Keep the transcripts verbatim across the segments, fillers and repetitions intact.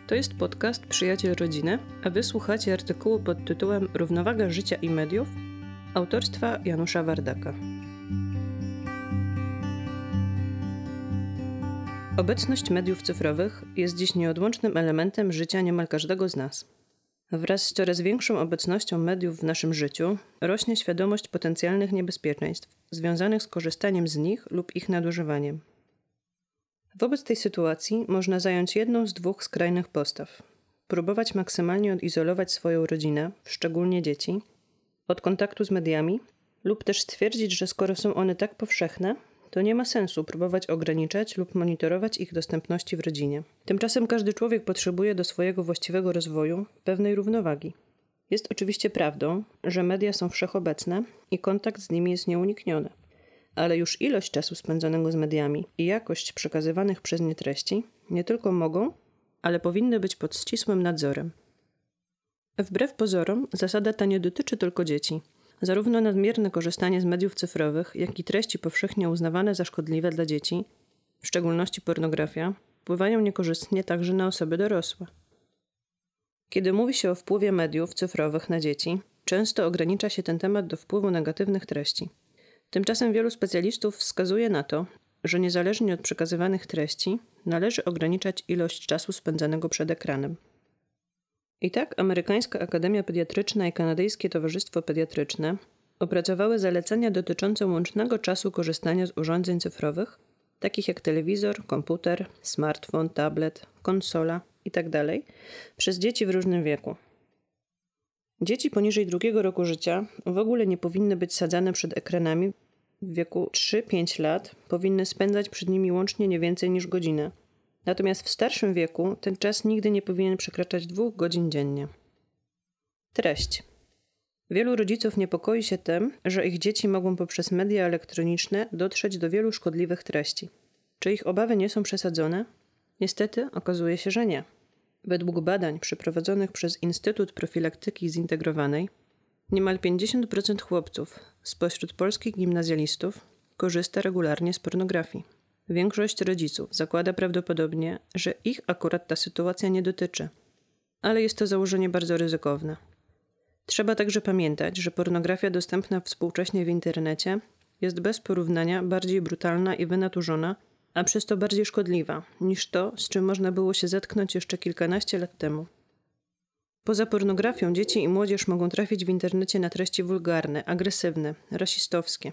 To jest podcast Przyjaciel Rodziny, a wy słuchacie artykułu pod tytułem Równowaga życia i mediów autorstwa Janusza Wardaka. Obecność mediów cyfrowych jest dziś nieodłącznym elementem życia niemal każdego z nas. Wraz z coraz większą obecnością mediów w naszym życiu rośnie świadomość potencjalnych niebezpieczeństw związanych z korzystaniem z nich lub ich nadużywaniem. Wobec tej sytuacji można zająć jedną z dwóch skrajnych postaw. Próbować maksymalnie odizolować swoją rodzinę, szczególnie dzieci, od kontaktu z mediami lub też stwierdzić, że skoro są one tak powszechne, to nie ma sensu próbować ograniczać lub monitorować ich dostępności w rodzinie. Tymczasem każdy człowiek potrzebuje do swojego właściwego rozwoju pewnej równowagi. Jest oczywiście prawdą, że media są wszechobecne i kontakt z nimi jest nieunikniony. Ale już ilość czasu spędzonego z mediami i jakość przekazywanych przez nie treści nie tylko mogą, ale powinny być pod ścisłym nadzorem. Wbrew pozorom, zasada ta nie dotyczy tylko dzieci. Zarówno nadmierne korzystanie z mediów cyfrowych, jak i treści powszechnie uznawane za szkodliwe dla dzieci, w szczególności pornografia, wpływają niekorzystnie także na osoby dorosłe. Kiedy mówi się o wpływie mediów cyfrowych na dzieci, często ogranicza się ten temat do wpływu negatywnych treści. Tymczasem wielu specjalistów wskazuje na to, że niezależnie od przekazywanych treści należy ograniczać ilość czasu spędzanego przed ekranem. I tak Amerykańska Akademia Pediatryczna i Kanadyjskie Towarzystwo Pediatryczne opracowały zalecenia dotyczące łącznego czasu korzystania z urządzeń cyfrowych, takich jak telewizor, komputer, smartfon, tablet, konsola itd., przez dzieci w różnym wieku. Dzieci poniżej drugiego roku życia w ogóle nie powinny być sadzane przed ekranami. W wieku trzy do pięciu lat powinny spędzać przed nimi łącznie nie więcej niż godzinę. Natomiast w starszym wieku ten czas nigdy nie powinien przekraczać dwóch godzin dziennie. Treść. Wielu rodziców niepokoi się tym, że ich dzieci mogą poprzez media elektroniczne dotrzeć do wielu szkodliwych treści. Czy ich obawy nie są przesadzone? Niestety okazuje się, że nie. Według badań przeprowadzonych przez Instytut Profilaktyki Zintegrowanej, niemal pięćdziesiąt procent chłopców spośród polskich gimnazjalistów korzysta regularnie z pornografii. Większość rodziców zakłada prawdopodobnie, że ich akurat ta sytuacja nie dotyczy, ale jest to założenie bardzo ryzykowne. Trzeba także pamiętać, że pornografia dostępna współcześnie w internecie jest bez porównania bardziej brutalna i wynaturzona, a przez to bardziej szkodliwa niż to, z czym można było się zetknąć jeszcze kilkanaście lat temu. Poza pornografią dzieci i młodzież mogą trafić w internecie na treści wulgarne, agresywne, rasistowskie.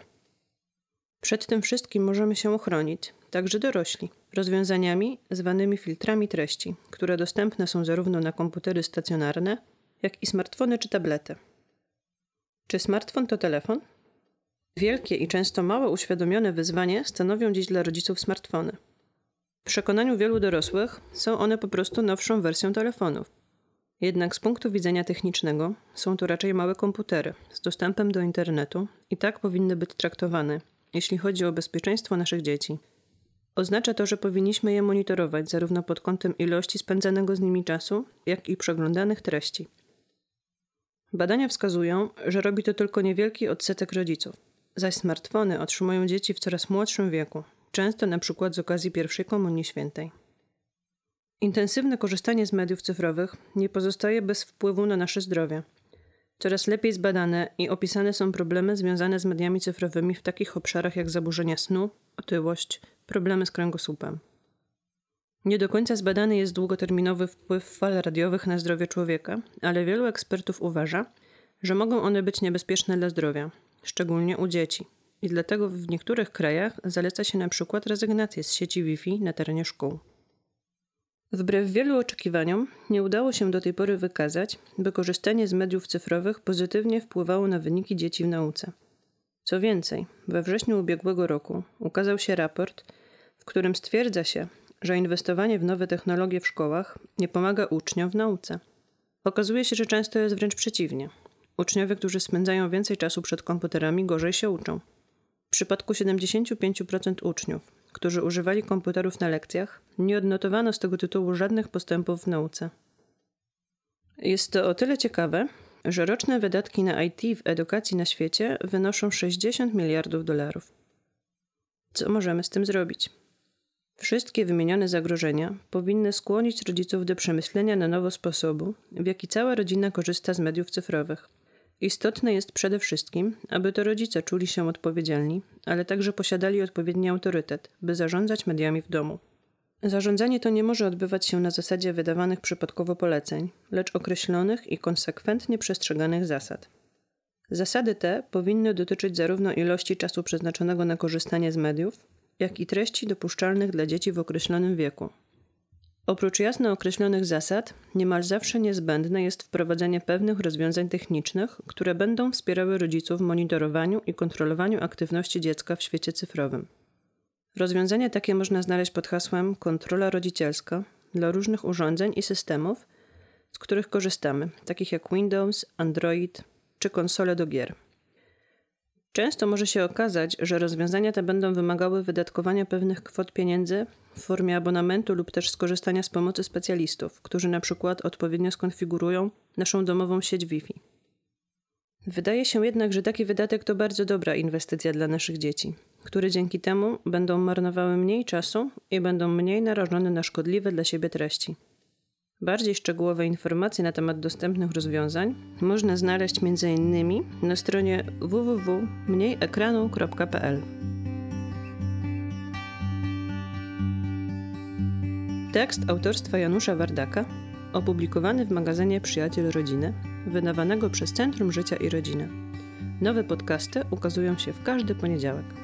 Przed tym wszystkim możemy się ochronić, także dorośli, rozwiązaniami zwanymi filtrami treści, które dostępne są zarówno na komputery stacjonarne, jak i smartfony czy tablety. Czy smartfon to telefon? Wielkie i często mało uświadomione wyzwanie stanowią dziś dla rodziców smartfony. W przekonaniu wielu dorosłych są one po prostu nowszą wersją telefonów. Jednak z punktu widzenia technicznego są to raczej małe komputery z dostępem do internetu i tak powinny być traktowane, jeśli chodzi o bezpieczeństwo naszych dzieci. Oznacza to, że powinniśmy je monitorować zarówno pod kątem ilości spędzanego z nimi czasu, jak i przeglądanych treści. Badania wskazują, że robi to tylko niewielki odsetek rodziców, zaś smartfony otrzymują dzieci w coraz młodszym wieku, często na przykład z okazji pierwszej komunii świętej. Intensywne korzystanie z mediów cyfrowych nie pozostaje bez wpływu na nasze zdrowie. Coraz lepiej zbadane i opisane są problemy związane z mediami cyfrowymi w takich obszarach jak zaburzenia snu, otyłość, problemy z kręgosłupem. Nie do końca zbadany jest długoterminowy wpływ fal radiowych na zdrowie człowieka, ale wielu ekspertów uważa, że mogą one być niebezpieczne dla zdrowia, szczególnie u dzieci. I dlatego w niektórych krajach zaleca się na przykład rezygnację z sieci Wi-Fi na terenie szkół. Wbrew wielu oczekiwaniom nie udało się do tej pory wykazać, by korzystanie z mediów cyfrowych pozytywnie wpływało na wyniki dzieci w nauce. Co więcej, we wrześniu ubiegłego roku ukazał się raport, w którym stwierdza się, że inwestowanie w nowe technologie w szkołach nie pomaga uczniom w nauce. Okazuje się, że często jest wręcz przeciwnie. Uczniowie, którzy spędzają więcej czasu przed komputerami, gorzej się uczą. W przypadku siedemdziesiąt pięć procent uczniów, którzy używali komputerów na lekcjach, nie odnotowano z tego tytułu żadnych postępów w nauce. Jest to o tyle ciekawe, że roczne wydatki na I T w edukacji na świecie wynoszą sześćdziesiąt miliardów dolarów. Co możemy z tym zrobić? Wszystkie wymienione zagrożenia powinny skłonić rodziców do przemyślenia na nowo sposobu, w jaki cała rodzina korzysta z mediów cyfrowych. Istotne jest przede wszystkim, aby to rodzice czuli się odpowiedzialni, ale także posiadali odpowiedni autorytet, by zarządzać mediami w domu. Zarządzanie to nie może odbywać się na zasadzie wydawanych przypadkowo poleceń, lecz określonych i konsekwentnie przestrzeganych zasad. Zasady te powinny dotyczyć zarówno ilości czasu przeznaczonego na korzystanie z mediów, jak i treści dopuszczalnych dla dzieci w określonym wieku. Oprócz jasno określonych zasad, niemal zawsze niezbędne jest wprowadzenie pewnych rozwiązań technicznych, które będą wspierały rodziców w monitorowaniu i kontrolowaniu aktywności dziecka w świecie cyfrowym. Rozwiązania takie można znaleźć pod hasłem kontrola rodzicielska dla różnych urządzeń i systemów, z których korzystamy, takich jak Windows, Android czy konsole do gier. Często może się okazać, że rozwiązania te będą wymagały wydatkowania pewnych kwot pieniędzy w formie abonamentu lub też skorzystania z pomocy specjalistów, którzy na przykład odpowiednio skonfigurują naszą domową sieć Wi-Fi. Wydaje się jednak, że taki wydatek to bardzo dobra inwestycja dla naszych dzieci, które dzięki temu będą marnowały mniej czasu i będą mniej narażone na szkodliwe dla siebie treści. Bardziej szczegółowe informacje na temat dostępnych rozwiązań można znaleźć między innymi na stronie w w w kropka mniej ekranu kropka p l. Tekst autorstwa Janusza Wardaka, opublikowany w magazynie Przyjaciel Rodziny, wydawanego przez Centrum Życia i Rodziny. Nowe podcasty ukazują się w każdy poniedziałek.